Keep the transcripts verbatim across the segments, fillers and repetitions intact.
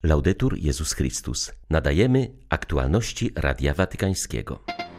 Laudetur Jezus Chrystus. Nadajemy aktualności Radia Watykańskiego.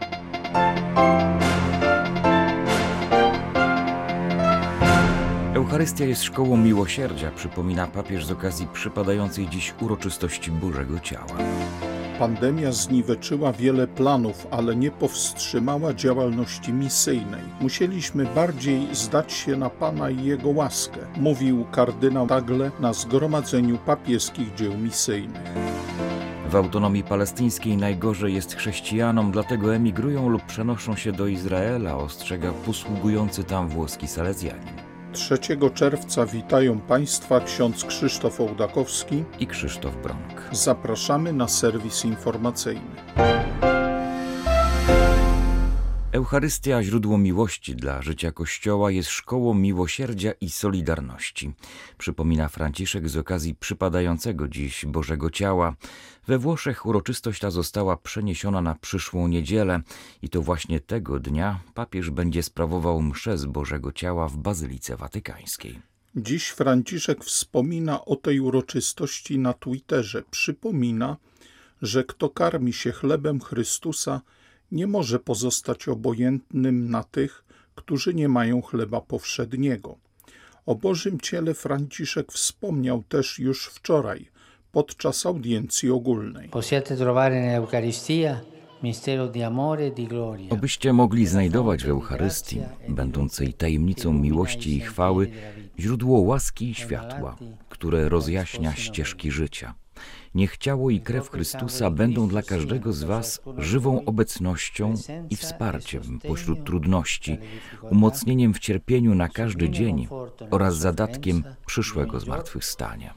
Eucharystia jest szkołą miłosierdzia, przypomina papież z okazji przypadającej dziś uroczystości Bożego Ciała. Pandemia zniweczyła wiele planów, ale nie powstrzymała działalności misyjnej. Musieliśmy bardziej zdać się na Pana i Jego łaskę, mówił kardynał Tagle na Zgromadzeniu Papieskich Dzieł Misyjnych. W autonomii palestyńskiej najgorzej jest chrześcijanom, dlatego emigrują lub przenoszą się do Izraela, ostrzega posługujący tam włoski salezjanin. trzeciego czerwca witają Państwa ksiądz Krzysztof Ołdakowski i Krzysztof Bronk. Zapraszamy na serwis informacyjny. Eucharystia, źródło miłości dla życia Kościoła, jest szkołą miłosierdzia i solidarności. Przypomina Franciszek z okazji przypadającego dziś Bożego Ciała. We Włoszech uroczystość ta została przeniesiona na przyszłą niedzielę i to właśnie tego dnia papież będzie sprawował mszę z Bożego Ciała w Bazylice Watykańskiej. Dziś Franciszek wspomina o tej uroczystości na Twitterze. Przypomina, że kto karmi się chlebem Chrystusa, nie może pozostać obojętnym na tych, którzy nie mają chleba powszedniego. O Bożym Ciele Franciszek wspomniał też już wczoraj, podczas audiencji ogólnej. Obyście mogli znajdować w Eucharystii, będącej tajemnicą miłości i chwały, źródło łaski i światła, które rozjaśnia ścieżki życia. Niech ciało i krew Chrystusa będą dla każdego z was żywą obecnością i wsparciem pośród trudności, umocnieniem w cierpieniu na każdy dzień oraz zadatkiem przyszłego zmartwychwstania.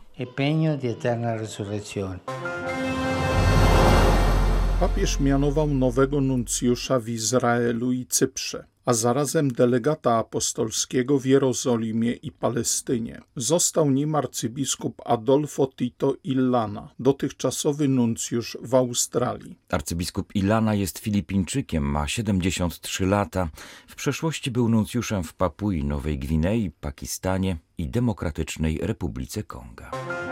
Papież mianował nowego nuncjusza w Izraelu i Cyprze, a zarazem delegata apostolskiego w Jerozolimie i Palestynie. Został nim arcybiskup Adolfo Tito Illana, dotychczasowy nuncjusz w Australii. Arcybiskup Illana jest Filipińczykiem, ma siedemdziesiąt trzy lata. W przeszłości był nuncjuszem w Papui Nowej Gwinei, Pakistanie i Demokratycznej Republice Konga.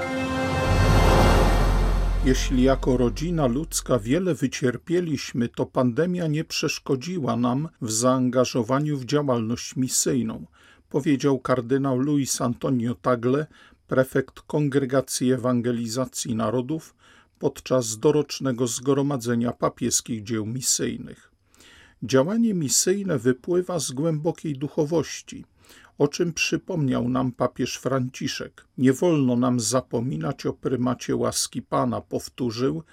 Jeśli jako rodzina ludzka wiele wycierpieliśmy, to pandemia nie przeszkodziła nam w zaangażowaniu w działalność misyjną, powiedział kardynał Luis Antonio Tagle, prefekt Kongregacji Ewangelizacji Narodów, podczas dorocznego Zgromadzenia Papieskich Dzieł Misyjnych. Działanie misyjne wypływa z głębokiej duchowości, o czym przypomniał nam papież Franciszek. Nie wolno nam zapominać o prymacie łaski Pana, powtórzył,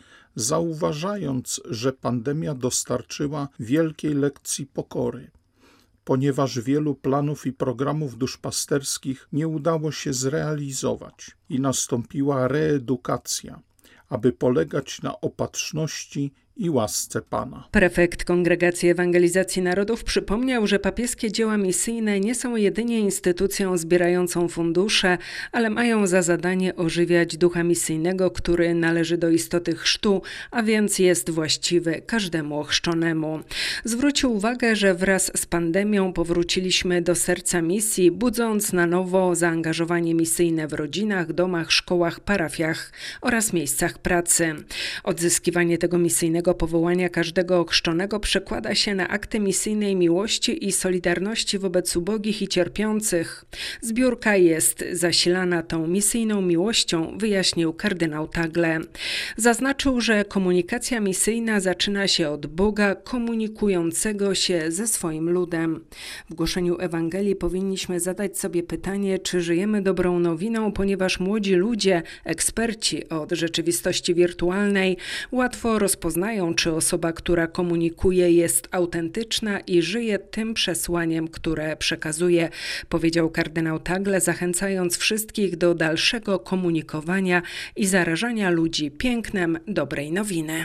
zauważając, że pandemia dostarczyła wielkiej lekcji pokory. Ponieważ wielu planów i programów duszpasterskich nie udało się zrealizować i nastąpiła reedukacja, aby polegać na opatrzności i łasce Pana. Prefekt Kongregacji Ewangelizacji Narodów przypomniał, że papieskie dzieła misyjne nie są jedynie instytucją zbierającą fundusze, ale mają za zadanie ożywiać ducha misyjnego, który należy do istoty chrztu, a więc jest właściwy każdemu ochrzczonemu. Zwrócił uwagę, że wraz z pandemią powróciliśmy do serca misji, budząc na nowo zaangażowanie misyjne w rodzinach, domach, szkołach, parafiach oraz miejscach pracy. Odzyskiwanie tego misyjnego powołania każdego ochrzczonego przekłada się na akty misyjnej miłości i solidarności wobec ubogich i cierpiących. Zbiórka jest zasilana tą misyjną miłością, wyjaśnił kardynał Tagle. Zaznaczył, że komunikacja misyjna zaczyna się od Boga komunikującego się ze swoim ludem. W głoszeniu Ewangelii powinniśmy zadać sobie pytanie, czy żyjemy dobrą nowiną, ponieważ młodzi ludzie, eksperci od rzeczywistości wirtualnej, łatwo rozpoznają, czy osoba, która komunikuje, jest autentyczna i żyje tym przesłaniem, które przekazuje, powiedział kardynał Tagle, zachęcając wszystkich do dalszego komunikowania i zarażania ludzi pięknem dobrej nowiny.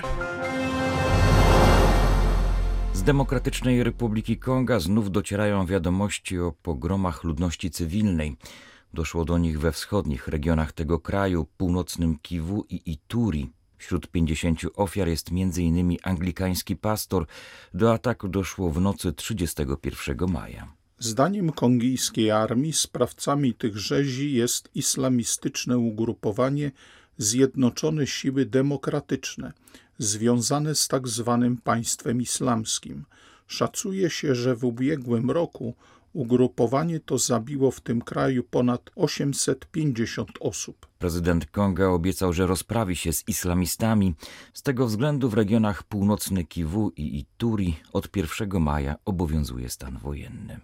Z Demokratycznej Republiki Konga znów docierają wiadomości o pogromach ludności cywilnej. Doszło do nich we wschodnich regionach tego kraju, północnym Kiwu i Ituri. Wśród pięćdziesięciu ofiar jest między innymi anglikański pastor. Do ataku doszło w nocy trzydziestego pierwszego maja. Zdaniem kongijskiej armii sprawcami tych rzezi jest islamistyczne ugrupowanie Zjednoczone Siły Demokratyczne, związane z tak zwanym państwem islamskim. Szacuje się, że w ubiegłym roku ugrupowanie to zabiło w tym kraju ponad osiemset pięćdziesiąt osób. Prezydent Konga obiecał, że rozprawi się z islamistami. Z tego względu w regionach północny Kiwu i Ituri od pierwszego maja obowiązuje stan wojenny.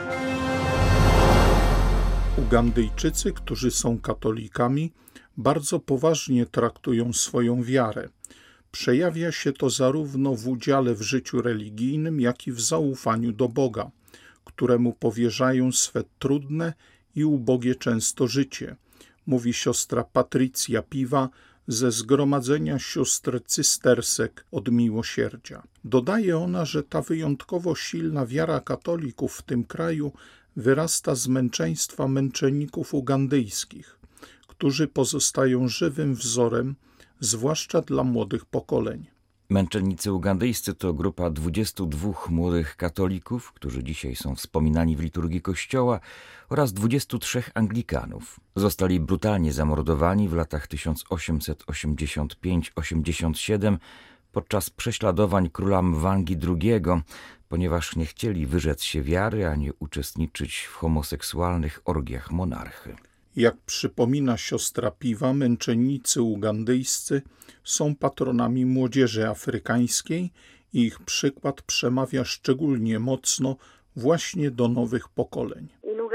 Ugandyjczycy, którzy są katolikami, bardzo poważnie traktują swoją wiarę. Przejawia się to zarówno w udziale w życiu religijnym, jak i w zaufaniu do Boga, któremu powierzają swe trudne i ubogie często życie, mówi siostra Patrycja Piwa ze Zgromadzenia Sióstr Cystersek od Miłosierdzia. Dodaje ona, że ta wyjątkowo silna wiara katolików w tym kraju wyrasta z męczeństwa męczenników ugandyjskich, którzy pozostają żywym wzorem, zwłaszcza dla młodych pokoleń. Męczennicy ugandyjscy to grupa dwudziestu dwóch młodych katolików, którzy dzisiaj są wspominani w liturgii Kościoła, oraz dwudziestu trzech Anglikanów. Zostali brutalnie zamordowani w latach tysiąc osiemset osiemdziesiąt pięć osiemdziesiąt siedem podczas prześladowań króla Mwangi drugiego, ponieważ nie chcieli wyrzec się wiary ani uczestniczyć w homoseksualnych orgiach monarchy. Jak przypomina siostra Piwa, męczennicy ugandyjscy są patronami młodzieży afrykańskiej i ich przykład przemawia szczególnie mocno właśnie do nowych pokoleń.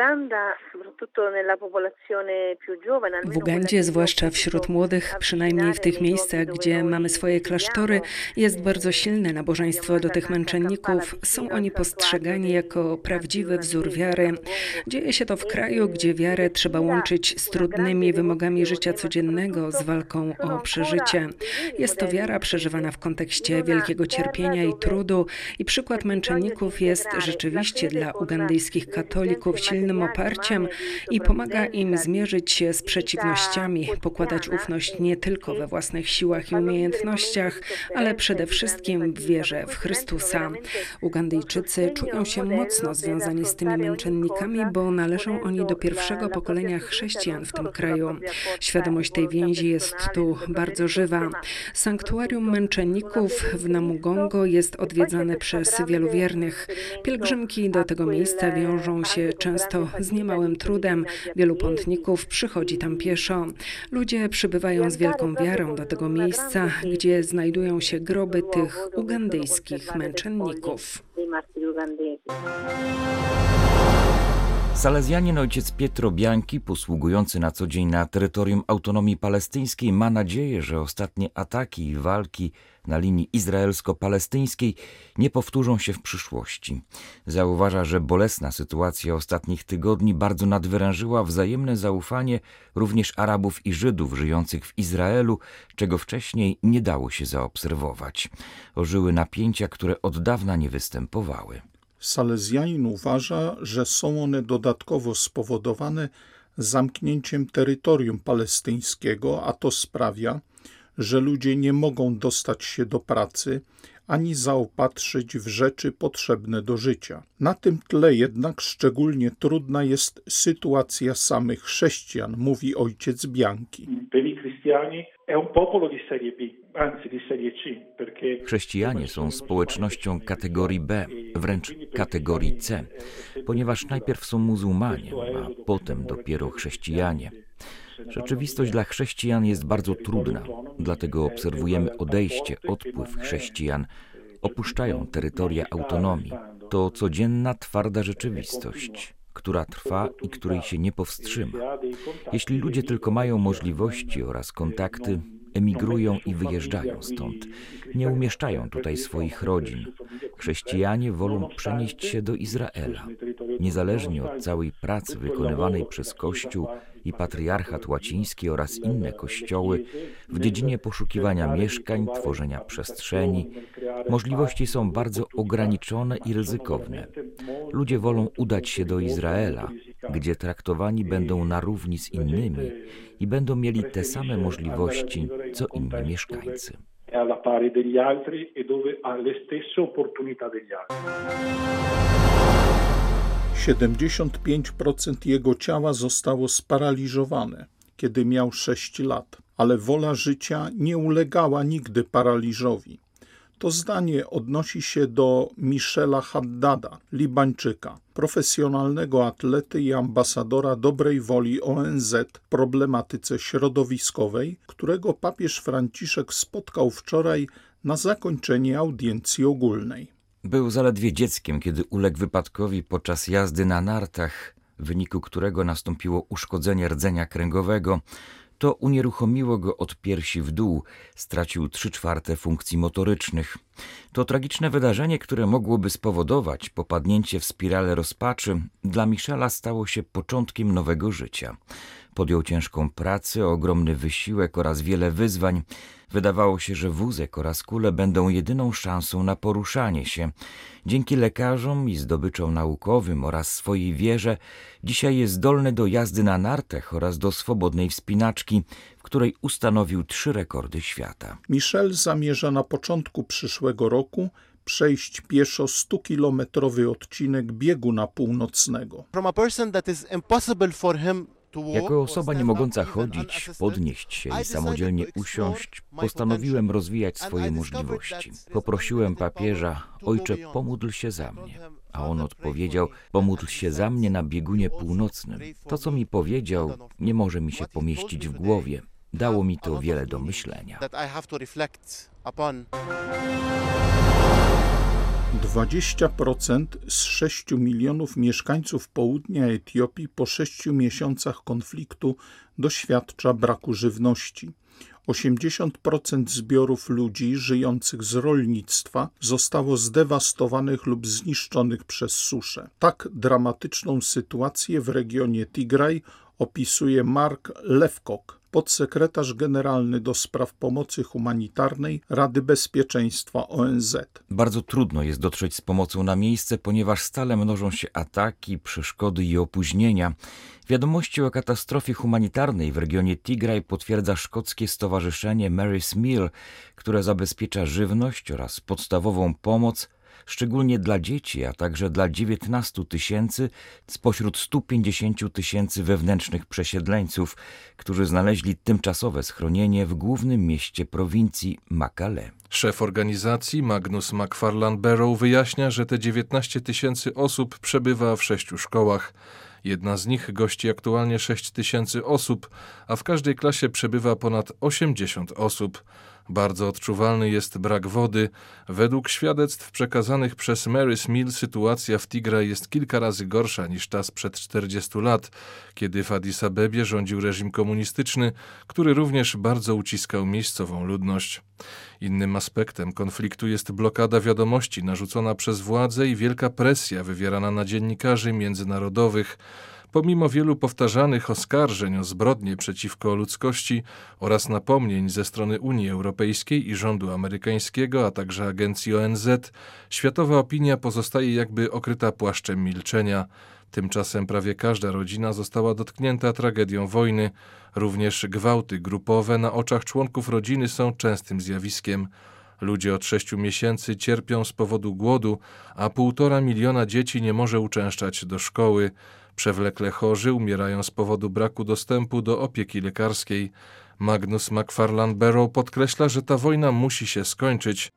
W Ugandzie, zwłaszcza wśród młodych, przynajmniej w tych miejscach, gdzie mamy swoje klasztory, jest bardzo silne nabożeństwo do tych męczenników. Są oni postrzegani jako prawdziwy wzór wiary. Dzieje się to w kraju, gdzie wiarę trzeba łączyć z trudnymi wymogami życia codziennego, z walką o przeżycie. Jest to wiara przeżywana w kontekście wielkiego cierpienia i trudu i przykład męczenników jest rzeczywiście dla ugandyjskich katolików silnym oparciem i pomaga im zmierzyć się z przeciwnościami, pokładać ufność nie tylko we własnych siłach i umiejętnościach, ale przede wszystkim w wierze w Chrystusa. Ugandyjczycy czują się mocno związani z tymi męczennikami, bo należą oni do pierwszego pokolenia chrześcijan w tym kraju. Świadomość tej więzi jest tu bardzo żywa. Sanktuarium męczenników w Namugongo jest odwiedzane przez wielu wiernych. Pielgrzymki do tego miejsca wiążą się często z niemałym trudem. Wielu pątników przychodzi tam pieszo. Ludzie przybywają z wielką wiarą do tego miejsca, gdzie znajdują się groby tych ugandyjskich męczenników. Salezjanin ojciec Pietro Bianchi, posługujący na co dzień na terytorium autonomii palestyńskiej, ma nadzieję, że ostatnie ataki i walki na linii izraelsko-palestyńskiej nie powtórzą się w przyszłości. Zauważa, że bolesna sytuacja ostatnich tygodni bardzo nadwyrężyła wzajemne zaufanie również Arabów i Żydów żyjących w Izraelu, czego wcześniej nie dało się zaobserwować. Ożyły napięcia, które od dawna nie występowały. Salezjanin uważa, że są one dodatkowo spowodowane zamknięciem terytorium palestyńskiego, a to sprawia, że ludzie nie mogą dostać się do pracy ani zaopatrzyć w rzeczy potrzebne do życia. Na tym tle jednak szczególnie trudna jest sytuacja samych chrześcijan, mówi ojciec Bianchi. Chrześcijanie są społecznością kategorii B, wręcz kategorii C, ponieważ najpierw są muzułmanie, a potem dopiero chrześcijanie. Rzeczywistość dla chrześcijan jest bardzo trudna, dlatego obserwujemy odejście, odpływ chrześcijan. Opuszczają terytoria autonomii. To codzienna, twarda rzeczywistość, która trwa i której się nie powstrzyma. Jeśli ludzie tylko mają możliwości oraz kontakty, emigrują i wyjeżdżają stąd. Nie umieszczają tutaj swoich rodzin. Chrześcijanie wolą przenieść się do Izraela. Niezależnie od całej pracy wykonywanej przez Kościół i Patriarchat Łaciński oraz inne kościoły w dziedzinie poszukiwania mieszkań, tworzenia przestrzeni, możliwości są bardzo ograniczone i ryzykowne. Ludzie wolą udać się do Izraela, gdzie traktowani będą na równi z innymi i będą mieli te same możliwości, co inni mieszkańcy. siedemdziesiąt pięć procent jego ciała zostało sparaliżowane, kiedy miał sześć lat, ale wola życia nie ulegała nigdy paraliżowi. To zdanie odnosi się do Michela Haddada, Libańczyka, profesjonalnego atlety i ambasadora dobrej woli O N Z w problematyce środowiskowej, którego papież Franciszek spotkał wczoraj na zakończenie audiencji ogólnej. Był zaledwie dzieckiem, kiedy uległ wypadkowi podczas jazdy na nartach, w wyniku którego nastąpiło uszkodzenie rdzenia kręgowego. To unieruchomiło go od piersi w dół, stracił trzy czwarte funkcji motorycznych. To tragiczne wydarzenie, które mogłoby spowodować popadnięcie w spiralę rozpaczy, dla Michela stało się początkiem nowego życia. Podjął ciężką pracę, ogromny wysiłek oraz wiele wyzwań. Wydawało się, że wózek oraz kule będą jedyną szansą na poruszanie się. Dzięki lekarzom i zdobyczom naukowym oraz swojej wierze dzisiaj jest zdolny do jazdy na nartach oraz do swobodnej wspinaczki, w której ustanowił trzy rekordy świata. Michel zamierza na początku przyszłego roku przejść pieszo stukilometrowy odcinek bieguna północnego. Jako osoba nie mogąca chodzić, podnieść się i samodzielnie usiąść, postanowiłem rozwijać swoje możliwości. Poprosiłem papieża: Ojcze, pomódl się za mnie. A on odpowiedział: pomódl się za mnie na biegunie północnym. To, co mi powiedział, nie może mi się pomieścić w głowie. Dało mi to wiele do myślenia. dwadzieścia procent z sześciu milionów mieszkańców południa Etiopii po sześciu miesiącach konfliktu doświadcza braku żywności. osiemdziesiąt procent zbiorów ludzi żyjących z rolnictwa zostało zdewastowanych lub zniszczonych przez suszę. Tak dramatyczną sytuację w regionie Tigraj opisuje Mark Lewcock, podsekretarz generalny do spraw pomocy humanitarnej Rady Bezpieczeństwa O N Z. Bardzo trudno jest dotrzeć z pomocą na miejsce, ponieważ stale mnożą się ataki, przeszkody i opóźnienia. Wiadomości o katastrofie humanitarnej w regionie Tigraj potwierdza szkockie stowarzyszenie Mary's Meal, które zabezpiecza żywność oraz podstawową pomoc, szczególnie dla dzieci, a także dla dziewiętnastu tysięcy spośród stu pięćdziesięciu tysięcy wewnętrznych przesiedleńców, którzy znaleźli tymczasowe schronienie w głównym mieście prowincji Makale. Szef organizacji Magnus McFarlane-Barrow wyjaśnia, że te dziewiętnaście tysięcy osób przebywa w sześciu szkołach. Jedna z nich gości aktualnie sześć tysięcy osób, a w każdej klasie przebywa ponad osiemdziesiąt osób. Bardzo odczuwalny jest brak wody. Według świadectw przekazanych przez Mary's Meal sytuacja w Tigraj jest kilka razy gorsza niż ta sprzed czterdziestu lat, kiedy w Addis Abebie rządził reżim komunistyczny, który również bardzo uciskał miejscową ludność. Innym aspektem konfliktu jest blokada wiadomości narzucona przez władze i wielka presja wywierana na dziennikarzy międzynarodowych. Pomimo wielu powtarzanych oskarżeń o zbrodnie przeciwko ludzkości oraz napomnień ze strony Unii Europejskiej i rządu amerykańskiego, a także agencji O N Z, światowa opinia pozostaje jakby okryta płaszczem milczenia. Tymczasem prawie każda rodzina została dotknięta tragedią wojny. Również gwałty grupowe na oczach członków rodziny są częstym zjawiskiem. Ludzie od sześciu miesięcy cierpią z powodu głodu, a półtora miliona dzieci nie może uczęszczać do szkoły. Przewlekle chorzy umierają z powodu braku dostępu do opieki lekarskiej. Magnus McFarlane-Barrow podkreśla, że ta wojna musi się skończyć.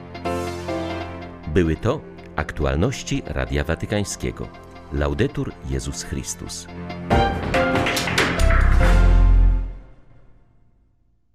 Były to aktualności Radia Watykańskiego. Laudetur Jezus Chrystus.